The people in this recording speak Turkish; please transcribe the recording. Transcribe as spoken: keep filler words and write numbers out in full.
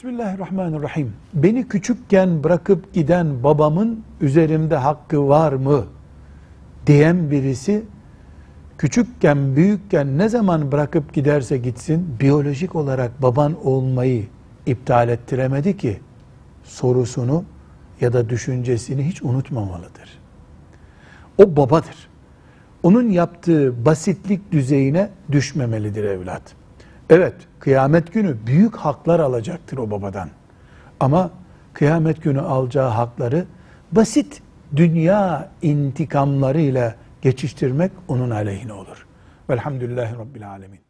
Bismillahirrahmanirrahim. Beni küçükken bırakıp giden babamın üzerimde hakkı var mı diyen birisi, küçükken, büyükken ne zaman bırakıp giderse gitsin, biyolojik olarak baban olmayı iptal ettiremedi ki, sorusunu ya da düşüncesini hiç unutmamalıdır. O babadır. Onun yaptığı basitlik düzeyine düşmemelidir evlat. Evet, kıyamet günü büyük haklar alacaktır o babadan. Ama kıyamet günü alacağı hakları basit dünya intikamlarıyla geçiştirmek onun aleyhine olur. Velhamdülillahi Rabbil Alemin.